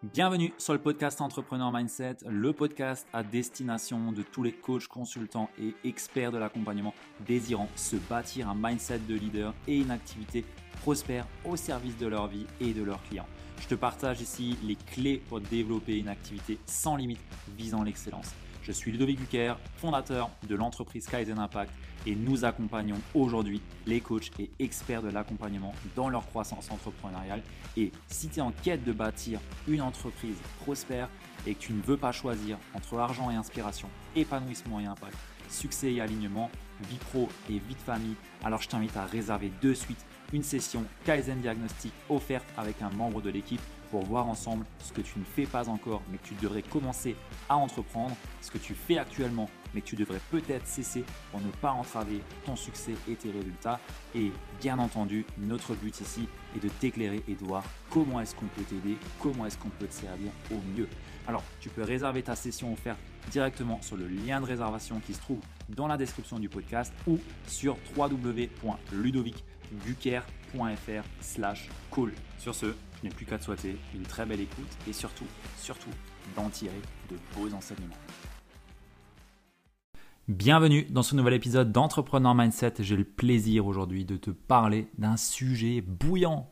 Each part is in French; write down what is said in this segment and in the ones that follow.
Bienvenue sur le podcast Entrepreneur Mindset, le podcast à destination de tous les coachs, consultants et experts de l'accompagnement désirant se bâtir un mindset de leader et une activité prospère au service de leur vie et de leurs clients. Je te partage ici les clés pour développer une activité sans limite visant l'excellence. Je suis Ludovic Bucher, fondateur de l'entreprise Kaizen Impact et nous accompagnons aujourd'hui les coachs et experts de l'accompagnement dans leur croissance entrepreneuriale. Et si tu es en quête de bâtir une entreprise prospère et que tu ne veux pas choisir entre argent et inspiration, épanouissement et impact, succès et alignement, vie pro et vie de famille, alors je t'invite à réserver de suite une session Kaizen Diagnostic offerte avec un membre de l'équipe pour voir ensemble ce que tu ne fais pas encore mais que tu devrais commencer à entreprendre, ce que tu fais actuellement mais que tu devrais peut-être cesser pour ne pas entraver ton succès et tes résultats. Et bien entendu, notre but ici est de t'éclairer et de voir comment est-ce qu'on peut t'aider, comment est-ce qu'on peut te servir au mieux. Alors, tu peux réserver ta session offerte directement sur le lien de réservation qui se trouve dans la description du podcast ou sur www.ludovicbucher.fr/call. Sur ce, je n'ai plus qu'à te souhaiter une très belle écoute et surtout d'en tirer de beaux enseignements. Bienvenue dans ce nouvel épisode d'Entrepreneur Mindset. J'ai le plaisir aujourd'hui de te parler d'un sujet bouillant.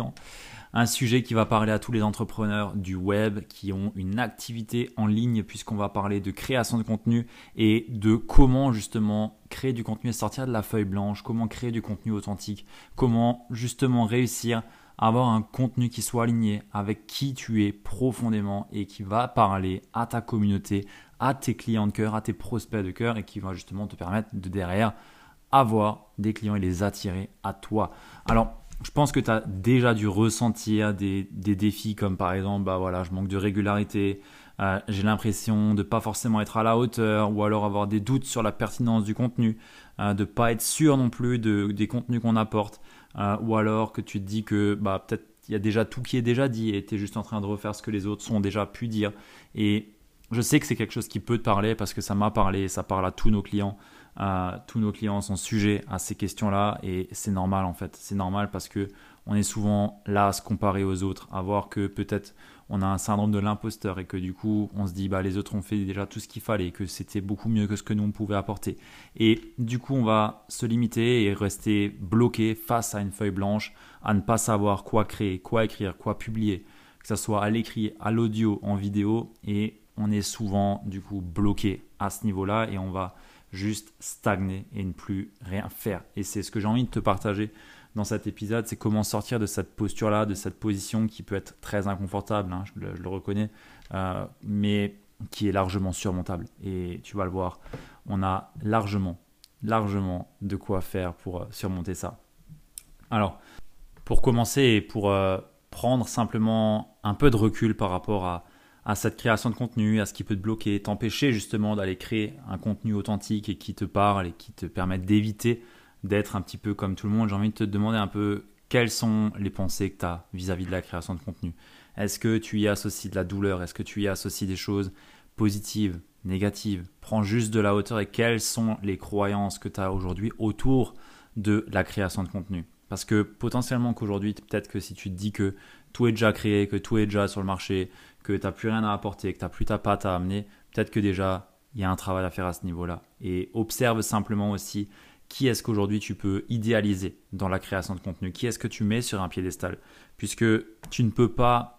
Un sujet qui va parler à tous les entrepreneurs du web qui ont une activité en ligne, puisqu'on va parler de création de contenu et de comment justement créer du contenu et sortir de la feuille blanche, comment créer du contenu authentique, comment justement réussir à avoir un contenu qui soit aligné avec qui tu es profondément et qui va parler à ta communauté, à tes clients de cœur, à tes prospects de cœur et qui va justement te permettre de derrière avoir des clients et les attirer à toi. Alors, je pense que tu as déjà dû ressentir des défis comme par exemple, je manque de régularité, j'ai l'impression de ne pas forcément être à la hauteur ou alors avoir des doutes sur la pertinence du contenu, de ne pas être sûr non plus des contenus qu'on apporte ou alors que tu te dis que peut-être il y a déjà tout qui est déjà dit et tu es juste en train de refaire ce que les autres ont déjà pu dire. Et je sais que c'est quelque chose qui peut te parler parce que ça m'a parlé, ça parle à tous nos clients. Tous nos clients sont sujets à ces questions-là et c'est normal en fait. C'est normal parce que on est souvent là à se comparer aux autres, à voir que peut-être on a un syndrome de l'imposteur et que du coup on se dit les autres ont fait déjà tout ce qu'il fallait, que c'était beaucoup mieux que ce que nous on pouvait apporter. Et du coup on va se limiter et rester bloqué face à une feuille blanche, à ne pas savoir quoi créer, quoi écrire, quoi publier, que ce soit à l'écrit, à l'audio, en vidéo, et on est souvent du coup bloqué à ce niveau-là et on va juste stagner et ne plus rien faire. Et c'est ce que j'ai envie de te partager dans cet épisode, c'est comment sortir de cette posture-là, de cette position qui peut être très inconfortable, je le reconnais, mais qui est largement surmontable. Et tu vas le voir, on a largement de quoi faire pour surmonter ça. Alors, pour commencer et pour prendre simplement un peu de recul par rapport à cette création de contenu, à ce qui peut te bloquer, t'empêcher justement d'aller créer un contenu authentique et qui te parle et qui te permette d'éviter d'être un petit peu comme tout le monde, j'ai envie de te demander un peu quelles sont les pensées que tu as vis-à-vis de la création de contenu. Est-ce que tu y associes de la douleur? Est-ce que tu y associes des choses positives, négatives? Prends juste de la hauteur et quelles sont les croyances que tu as aujourd'hui autour de la création de contenu? Parce que potentiellement qu'aujourd'hui, peut-être que si tu te dis que tout est déjà créé, que tout est déjà sur le marché, que tu n'as plus rien à apporter, que tu n'as plus ta patte à amener, peut-être que déjà, il y a un travail à faire à ce niveau-là. Et observe simplement aussi qui est-ce qu'aujourd'hui tu peux idéaliser dans la création de contenu, qui est-ce que tu mets sur un piédestal, puisque tu ne peux pas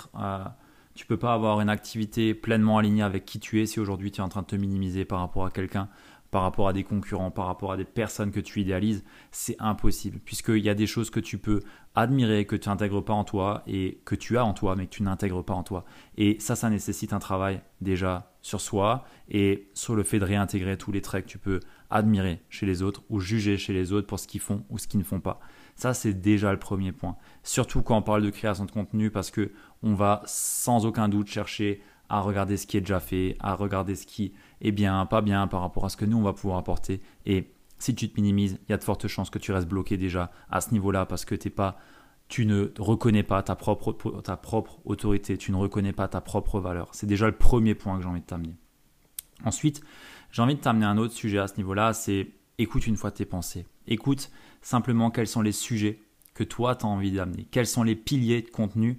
avoir une activité pleinement alignée avec qui tu es si aujourd'hui tu es en train de te minimiser par rapport à quelqu'un, par rapport à des concurrents, par rapport à des personnes que tu idéalises. C'est impossible puisqu'il y a des choses que tu peux admirer, que tu n'intègres pas en toi et que tu as en toi mais que tu n'intègres pas en toi. Et ça nécessite un travail déjà sur soi et sur le fait de réintégrer tous les traits que tu peux admirer chez les autres ou juger chez les autres pour ce qu'ils font ou ce qu'ils ne font pas. Ça, c'est déjà le premier point. Surtout quand on parle de création de contenu parce qu'on va sans aucun doute chercher à regarder ce qui est déjà fait, à regarder ce qui est bien, pas bien par rapport à ce que nous, on va pouvoir apporter. Et si tu te minimises, il y a de fortes chances que tu restes bloqué déjà à ce niveau-là parce que tu ne reconnais pas ta propre autorité, tu ne reconnais pas ta propre valeur. C'est déjà le premier point que j'ai envie de t'amener. Ensuite, j'ai envie de t'amener un autre sujet à ce niveau-là, c'est écoute une fois tes pensées. Écoute simplement quels sont les sujets que toi, tu as envie d'amener. Quels sont les piliers de contenu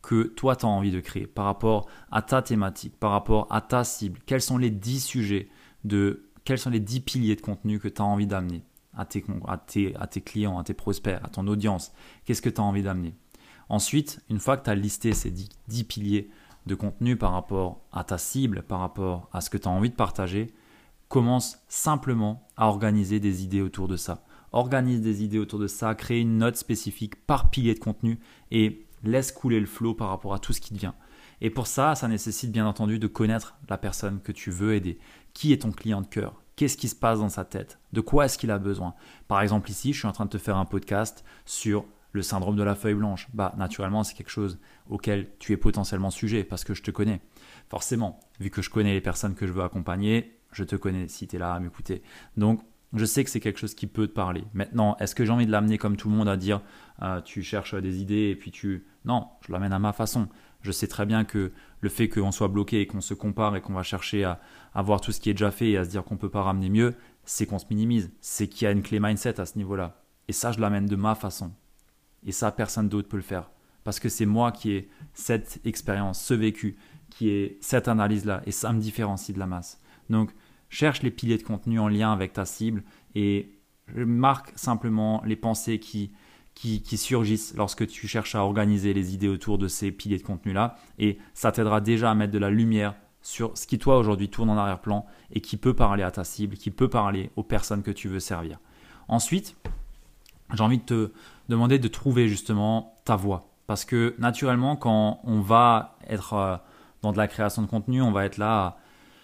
que toi, tu as envie de créer, par rapport à ta thématique, par rapport à ta cible. Quels sont les 10 sujets, quels sont les 10 piliers de contenu que tu as envie d'amener à tes clients, à tes prospects, à ton audience. Qu'est-ce que tu as envie d'amener? Ensuite, une fois que tu as listé ces 10 piliers de contenu par rapport à ta cible, par rapport à ce que tu as envie de partager, commence simplement à organiser des idées autour de ça. Organise des idées autour de ça, crée une note spécifique par pilier de contenu et laisse couler le flow par rapport à tout ce qui te vient. Et pour ça, ça nécessite bien entendu de connaître la personne que tu veux aider. Qui est ton client de cœur? Qu'est-ce qui se passe dans sa tête? De quoi est-ce qu'il a besoin? Par exemple, ici, je suis en train de te faire un podcast sur le syndrome de la feuille blanche. Naturellement, c'est quelque chose auquel tu es potentiellement sujet parce que je te connais. Forcément, vu que je connais les personnes que je veux accompagner, je te connais si tu es là à m'écouter. Donc, je sais que c'est quelque chose qui peut te parler. Maintenant, est-ce que j'ai envie de l'amener comme tout le monde à dire tu cherches des idées et puis Non, je l'amène à ma façon. Je sais très bien que le fait qu'on soit bloqué et qu'on se compare et qu'on va chercher à voir tout ce qui est déjà fait et à se dire qu'on ne peut pas ramener mieux, c'est qu'on se minimise. C'est qu'il y a une clé mindset à ce niveau-là. Et ça, je l'amène de ma façon. Et ça, personne d'autre peut le faire. Parce que c'est moi qui ai cette expérience, ce vécu, qui ai cette analyse-là. Et ça me différencie de la masse. Donc, cherche les piliers de contenu en lien avec ta cible et marque simplement les pensées qui surgissent lorsque tu cherches à organiser les idées autour de ces piliers de contenu-là. Et ça t'aidera déjà à mettre de la lumière sur ce qui, toi, aujourd'hui, tourne en arrière-plan et qui peut parler à ta cible, qui peut parler aux personnes que tu veux servir. Ensuite, j'ai envie de te demander de trouver justement ta voix. Parce que naturellement, quand on va être dans de la création de contenu, on va être là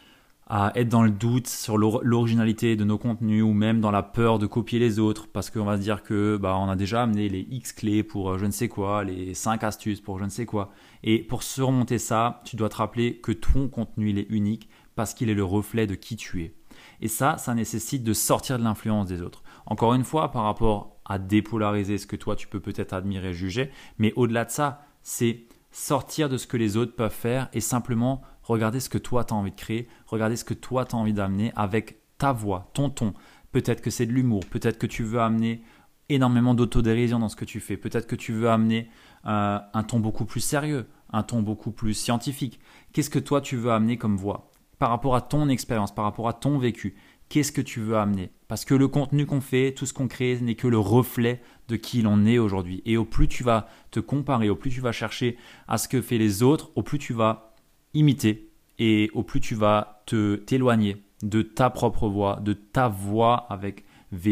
à être dans le doute sur l'originalité de nos contenus ou même dans la peur de copier les autres parce qu'on va se dire que on a déjà amené les X clés pour je ne sais quoi, les 5 astuces pour je ne sais quoi. Et pour surmonter ça, tu dois te rappeler que ton contenu il est unique parce qu'il est le reflet de qui tu es. Et ça nécessite de sortir de l'influence des autres. Encore une fois, par rapport à dépolariser ce que toi tu peux peut-être admirer, juger, mais au-delà de ça, c'est sortir de ce que les autres peuvent faire et simplement regarder ce que toi tu as envie de créer, regarder ce que toi tu as envie d'amener avec ta voix, ton ton. Peut-être que c'est de l'humour, peut-être que tu veux amener énormément d'autodérision dans ce que tu fais, peut-être que tu veux amener un ton beaucoup plus sérieux, un ton beaucoup plus scientifique. Qu'est-ce que toi tu veux amener comme voix par rapport à ton expérience, par rapport à ton vécu? Qu'est-ce que tu veux amener? Parce que le contenu qu'on fait, tout ce qu'on crée n'est que le reflet de qui l'on est aujourd'hui. Et au plus tu vas te comparer, au plus tu vas chercher à ce que font les autres, au plus tu vas imiter et au plus tu vas t'éloigner de ta propre voix, de ta voix avec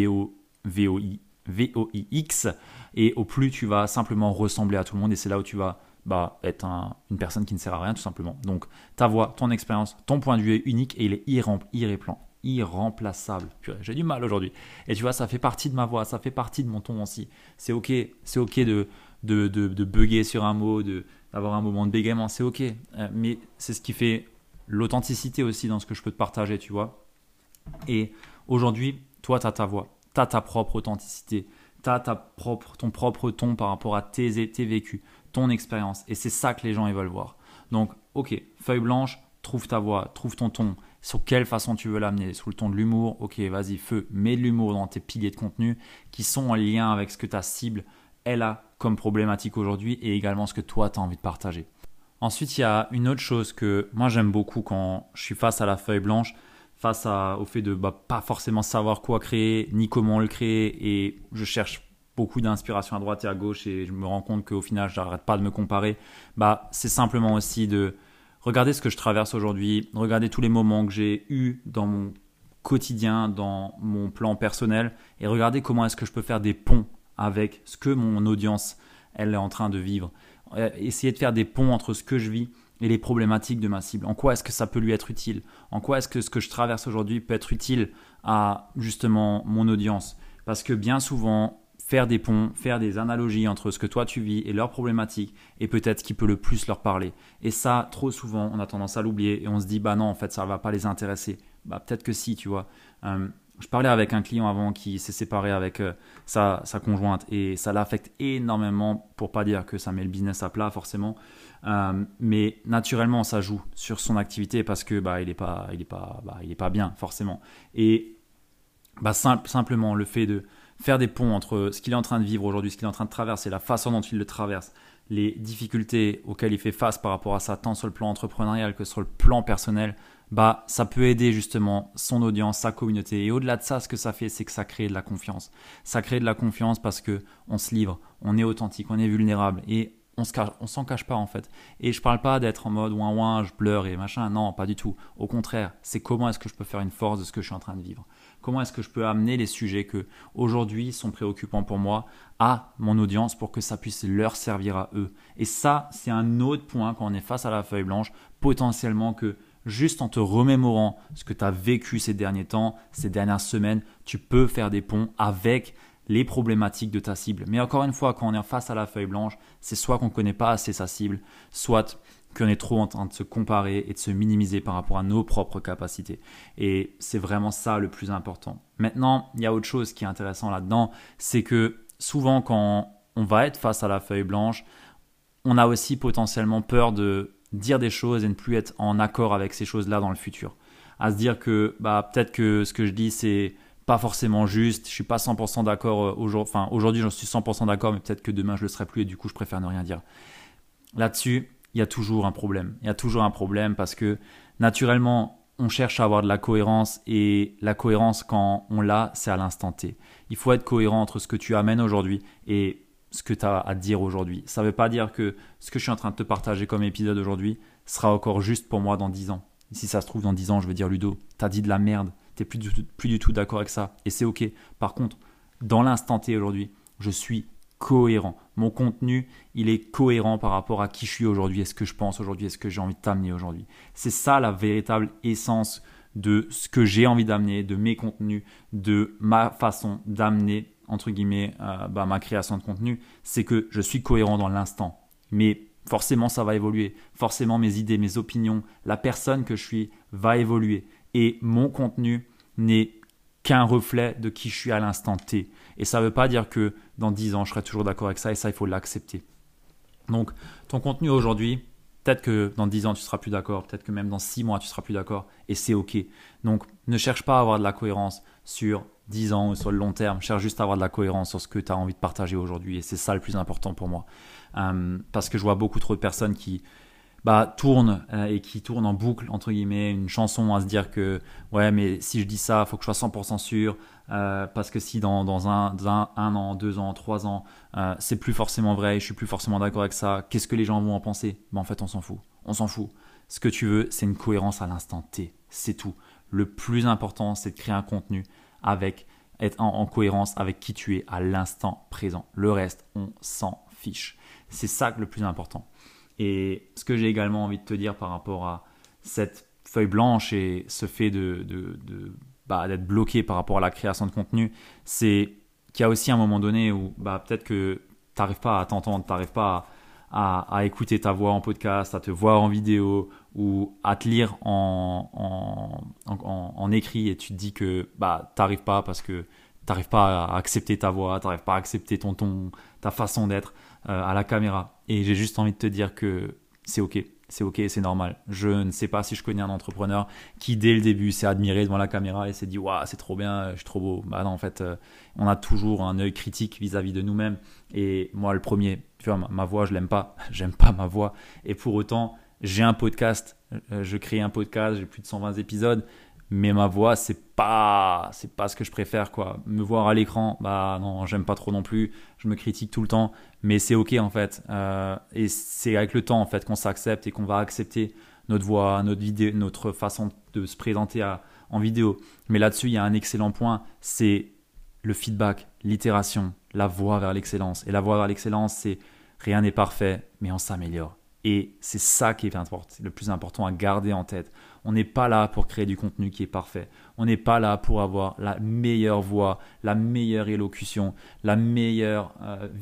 V-O-I-X et au plus tu vas simplement ressembler à tout le monde et c'est là où tu vas être une personne qui ne sert à rien tout simplement. Donc ta voix, ton expérience, ton point de vue est unique et il est irremplaçable. Purée, j'ai du mal aujourd'hui. Et tu vois, ça fait partie de ma voix, ça fait partie de mon ton aussi. C'est ok de bugger sur un mot, d'avoir un moment de bégaiement, c'est ok. Mais c'est ce qui fait l'authenticité aussi dans ce que je peux te partager, tu vois. Et aujourd'hui, toi, tu as ta voix, tu as ta propre authenticité, tu as ton propre ton par rapport à tes vécus, ton expérience. Et c'est ça que les gens ils veulent voir. Donc, ok, feuille blanche, trouve ta voix, trouve ton ton. Sur quelle façon tu veux l'amener? Sous le ton de l'humour? Ok, vas-y, feu. Mets de l'humour dans tes piliers de contenu qui sont en lien avec ce que ta cible, elle a comme problématique aujourd'hui et également ce que toi, tu as envie de partager. Ensuite, il y a une autre chose que moi, j'aime beaucoup quand je suis face à la feuille blanche, face au fait de pas forcément savoir quoi créer ni comment le créer et je cherche beaucoup d'inspiration à droite et à gauche et je me rends compte qu'au final, je n'arrête pas de me comparer. C'est simplement aussi de regarder ce que je traverse aujourd'hui, regarder tous les moments que j'ai eus dans mon quotidien, dans mon plan personnel et regarder comment est-ce que je peux faire des ponts avec ce que mon audience elle est en train de vivre. Essayer de faire des ponts entre ce que je vis et les problématiques de ma cible. En quoi est-ce que ça peut lui être utile? En quoi est-ce que ce que je traverse aujourd'hui peut être utile à justement mon audience? Parce que bien souvent, faire des ponts, faire des analogies entre ce que toi tu vis et leurs problématiques est peut-être ce qui peut le plus leur parler. Et ça, trop souvent, on a tendance à l'oublier et on se dit non, en fait, ça ne va pas les intéresser. Peut-être que si, tu vois. Je parlais avec un client avant qui s'est séparé avec sa conjointe et ça l'affecte énormément, pour pas dire que ça met le business à plat forcément, mais naturellement ça joue sur son activité parce que il est pas bien forcément. Et simplement le fait de faire des ponts entre ce qu'il est en train de vivre aujourd'hui, ce qu'il est en train de traverser, la façon dont il le traverse, les difficultés auxquelles il fait face par rapport à ça, tant sur le plan entrepreneurial que sur le plan personnel, bah, ça peut aider justement son audience, sa communauté. Et au-delà de ça, ce que ça fait, c'est que ça crée de la confiance. Ça crée de la confiance parce que on se livre, on est authentique, on est vulnérable et on s'en cache pas en fait. Et je parle pas d'être en mode ouin, je pleure et machin. Non, pas du tout. Au contraire, c'est comment est-ce que je peux faire une force de ce que je suis en train de vivre. Comment est-ce que je peux amener les sujets que aujourd'hui sont préoccupants pour moi à mon audience pour que ça puisse leur servir à eux. Et ça, c'est un autre point quand on est face à la feuille blanche, potentiellement que juste en te remémorant ce que tu as vécu ces derniers temps, ces dernières semaines, tu peux faire des ponts avec les problématiques de ta cible. Mais encore une fois, quand on est face à la feuille blanche, c'est soit qu'on ne connaît pas assez sa cible, soit qu'on est trop en train de se comparer et de se minimiser par rapport à nos propres capacités. Et c'est vraiment ça le plus important. Maintenant, il y a autre chose qui est intéressant là-dedans, c'est que souvent quand on va être face à la feuille blanche, on a aussi potentiellement peur de dire des choses et ne plus être en accord avec ces choses-là dans le futur. À se dire que peut-être que ce que je dis, c'est pas forcément juste, je suis pas 100% d'accord aujourd'hui, enfin aujourd'hui j'en suis 100% d'accord, mais peut-être que demain je le serai plus et du coup je préfère ne rien dire. Là-dessus, il y a toujours un problème. Il y a toujours un problème parce que naturellement, on cherche à avoir de la cohérence et la cohérence quand on l'a, c'est à l'instant T. Il faut être cohérent entre ce que tu amènes aujourd'hui et ce que tu as à dire aujourd'hui. Ça ne veut pas dire que ce que je suis en train de te partager comme épisode aujourd'hui sera encore juste pour moi dans 10 ans. Et si ça se trouve dans 10 ans, je vais dire Ludo, tu as dit de la merde, tu n'es plus du tout d'accord avec ça et c'est ok. Par contre, dans l'instant T aujourd'hui, je suis cohérent. Mon contenu, il est cohérent par rapport à qui je suis aujourd'hui, est ce que je pense aujourd'hui, est ce que j'ai envie de t'amener aujourd'hui. C'est ça la véritable essence de ce que j'ai envie d'amener, de mes contenus, de ma façon d'amener, entre guillemets, ma création de contenu. C'est que je suis cohérent dans l'instant. Mais forcément, ça va évoluer. Forcément, mes idées, mes opinions, la personne que je suis va évoluer. Et mon contenu n'est qu'un reflet de qui je suis à l'instant T. Et ça ne veut pas dire que dans 10 ans, je serai toujours d'accord avec ça et ça, il faut l'accepter. Donc, ton contenu aujourd'hui, peut-être que dans 10 ans, tu ne seras plus d'accord, peut-être que même dans 6 mois, tu ne seras plus d'accord et c'est ok. Donc, ne cherche pas à avoir de la cohérence sur 10 ans ou sur le long terme, cherche juste à avoir de la cohérence sur ce que tu as envie de partager aujourd'hui et c'est ça le plus important pour moi. Parce que je vois beaucoup trop de personnes qui tourne et qui tourne en boucle entre guillemets une chanson à se dire que ouais mais si je dis ça faut que je sois 100% sûr parce que si dans un an, 2 ans, 3 ans c'est plus forcément vrai et je suis plus forcément d'accord avec ça, qu'est-ce que les gens vont en penser? En fait on s'en fout. Ce que tu veux c'est une cohérence à l'instant T, c'est tout. Le plus important c'est de créer un contenu avec être en cohérence avec qui tu es à l'instant présent. Le reste on s'en fiche, c'est ça le plus important. Et ce que j'ai également envie de te dire par rapport à cette feuille blanche et ce fait d'être bloqué par rapport à la création de contenu, c'est qu'il y a aussi un moment donné où peut-être que tu n'arrives pas à t'entendre, tu n'arrives pas à écouter ta voix en podcast, à te voir en vidéo ou à te lire en écrit et tu te dis que tu n'arrives pas parce que tu n'arrives pas à accepter ta voix, tu n'arrives pas à accepter ton ton, ta façon d'être à la caméra. Et j'ai juste envie de te dire que c'est ok, c'est normal. Je ne sais pas si je connais un entrepreneur qui dès le début s'est admiré devant la caméra et s'est dit waouh c'est trop bien, je suis trop beau. Non en fait on a toujours un œil critique vis-à-vis de nous-mêmes et moi le premier, tu vois ma voix je l'aime pas, j'aime pas ma voix et pour autant j'ai un podcast, je crée un podcast, j'ai plus de 120 épisodes. Mais ma voix, c'est pas ce que je préfère, quoi. Me voir à l'écran, non, j'aime pas trop non plus. Je me critique tout le temps, mais c'est ok en fait. Et c'est avec le temps en fait qu'on s'accepte et qu'on va accepter notre voix, notre vidéo, notre façon de se présenter en vidéo. Mais là-dessus, il y a un excellent point, c'est le feedback, l'itération, la voie vers l'excellence. Et la voie vers l'excellence, c'est rien n'est parfait, mais on s'améliore. Et c'est ça qui est le plus important à garder en tête. On n'est pas là pour créer du contenu qui est parfait. On n'est pas là pour avoir la meilleure voix, la meilleure élocution, la meilleure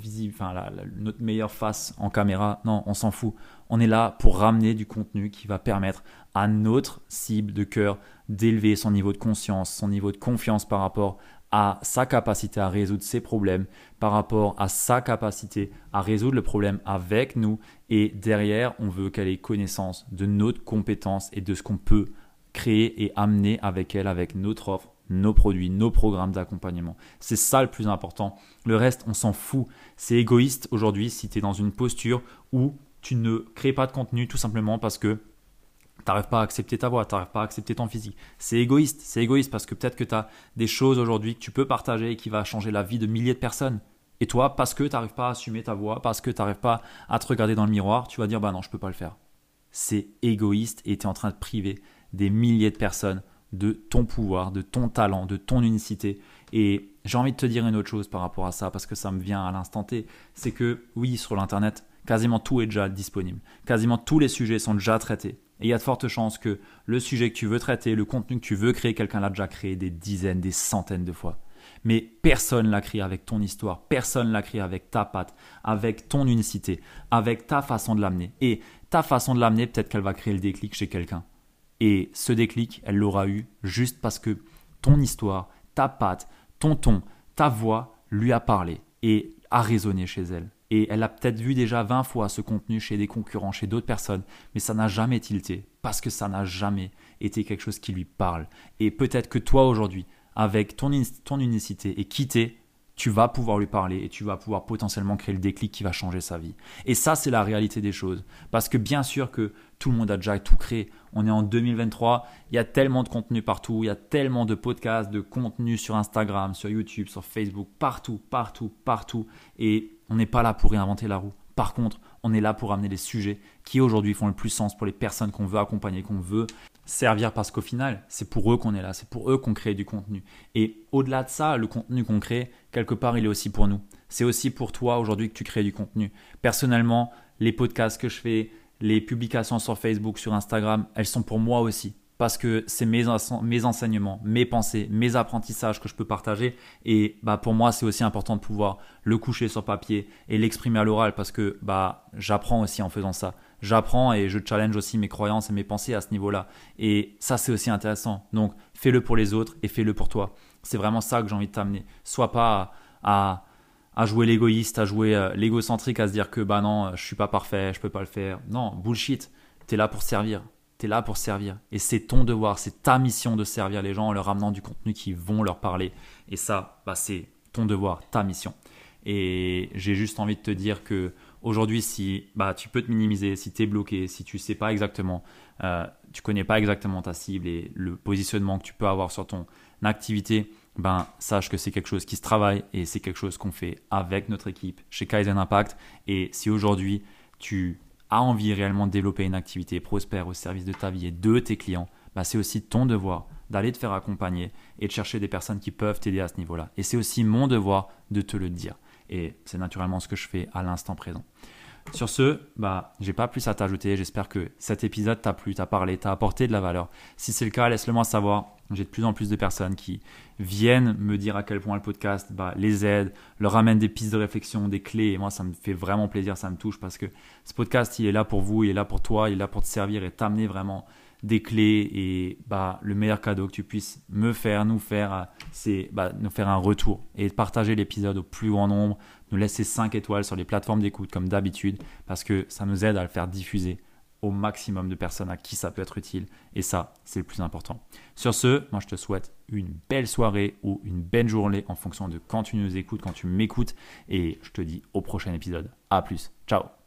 notre meilleure face en caméra. Non, on s'en fout. On est là pour ramener du contenu qui va permettre à notre cible de cœur d'élever son niveau de conscience, son niveau de confiance par rapport à sa capacité à résoudre ses problèmes, par rapport à sa capacité à résoudre le problème avec nous. Et derrière, on veut qu'elle ait connaissance de notre compétence et de ce qu'on peut créer et amener avec elle, avec notre offre, nos produits, nos programmes d'accompagnement. C'est ça le plus important. Le reste, on s'en fout. C'est égoïste aujourd'hui si tu es dans une posture où tu ne crées pas de contenu tout simplement parce que tu n'arrives pas à accepter ta voix, tu n'arrives pas à accepter ton physique. C'est égoïste parce que peut-être que tu as des choses aujourd'hui que tu peux partager et qui va changer la vie de milliers de personnes. Et toi, parce que tu n'arrives pas à assumer ta voix, parce que tu n'arrives pas à te regarder dans le miroir, tu vas dire non, je ne peux pas le faire. C'est égoïste et tu es en train de priver des milliers de personnes de ton pouvoir, de ton talent, de ton unicité. Et j'ai envie de te dire une autre chose par rapport à ça, parce que ça me vient à l'instant T, c'est que oui, sur l'internet, quasiment tout est déjà disponible. Quasiment tous les sujets sont déjà traités. Et il y a de fortes chances que le sujet que tu veux traiter, le contenu que tu veux créer, quelqu'un l'a déjà créé des dizaines, des centaines de fois. Mais personne l'a créé avec ton histoire, personne l'a créé avec ta patte, avec ton unicité, avec ta façon de l'amener. Et ta façon de l'amener, peut-être qu'elle va créer le déclic chez quelqu'un. Et ce déclic, elle l'aura eu juste parce que ton histoire, ta patte, ton ton, ta voix lui a parlé et a résonné chez elle. Et elle a peut-être vu déjà 20 fois ce contenu chez des concurrents, chez d'autres personnes, mais ça n'a jamais tilté parce que ça n'a jamais été quelque chose qui lui parle. Et peut-être que toi aujourd'hui, avec ton unicité et quitter, tu vas pouvoir lui parler et tu vas pouvoir potentiellement créer le déclic qui va changer sa vie. Et ça, c'est la réalité des choses. Parce que bien sûr que tout le monde a déjà tout créé. On est en 2023, il y a tellement de contenu partout, il y a tellement de podcasts, de contenu sur Instagram, sur YouTube, sur Facebook, partout. Et on n'est pas là pour réinventer la roue. Par contre, on est là pour amener les sujets qui aujourd'hui font le plus sens pour les personnes qu'on veut accompagner, qu'on veut servir, parce qu'au final, c'est pour eux qu'on est là, c'est pour eux qu'on crée du contenu. Et au-delà de ça, le contenu qu'on crée, quelque part, il est aussi pour nous. C'est aussi pour toi aujourd'hui que tu crées du contenu. Personnellement, les podcasts que je fais, les publications sur Facebook, sur Instagram, elles sont pour moi aussi. Parce que c'est mes enseignements, mes pensées, mes apprentissages que je peux partager. Et pour moi, c'est aussi important de pouvoir le coucher sur papier et l'exprimer à l'oral parce que j'apprends aussi en faisant ça. J'apprends et je challenge aussi mes croyances et mes pensées à ce niveau-là. Et ça, c'est aussi intéressant. Donc, fais-le pour les autres et fais-le pour toi. C'est vraiment ça que j'ai envie de t'amener. Sois pas à jouer l'égoïste, à jouer l'égocentrique, à se dire que non, je suis pas parfait, je peux pas le faire. Non, bullshit. T'es là pour servir. Tu es là pour servir et c'est ton devoir, c'est ta mission de servir les gens en leur amenant du contenu qui vont leur parler. Et ça, c'est ton devoir, ta mission. Et j'ai juste envie de te dire que aujourd'hui, si tu peux te minimiser, si tu es bloqué, si tu sais pas exactement, tu connais pas exactement ta cible et le positionnement que tu peux avoir sur ton activité, sache que c'est quelque chose qui se travaille et c'est quelque chose qu'on fait avec notre équipe chez Kaizen Impact. Et si aujourd'hui, tu a envie réellement de développer une activité prospère au service de ta vie et de tes clients, c'est aussi ton devoir d'aller te faire accompagner et de chercher des personnes qui peuvent t'aider à ce niveau-là. Et c'est aussi mon devoir de te le dire. Et c'est naturellement ce que je fais à l'instant présent. Sur ce, j'ai pas plus à t'ajouter. J'espère que cet épisode t'a plu, t'a parlé, t'a apporté de la valeur. Si c'est le cas, laisse-le moi savoir. J'ai de plus en plus de personnes qui viennent me dire à quel point le podcast les aide, leur amène des pistes de réflexion, des clés. Et moi, ça me fait vraiment plaisir, ça me touche parce que ce podcast, il est là pour vous, il est là pour toi, il est là pour te servir et t'amener vraiment des clés. Et le meilleur cadeau que tu puisses nous faire, c'est nous faire un retour et de partager l'épisode au plus grand nombre, nous laisser 5 étoiles sur les plateformes d'écoute comme d'habitude parce que ça nous aide à le faire diffuser au maximum de personnes à qui ça peut être utile. Et ça, c'est le plus important. Sur ce, moi, je te souhaite une belle soirée ou une belle journée en fonction de quand tu nous écoutes, quand tu m'écoutes. Et je te dis au prochain épisode. À plus. Ciao.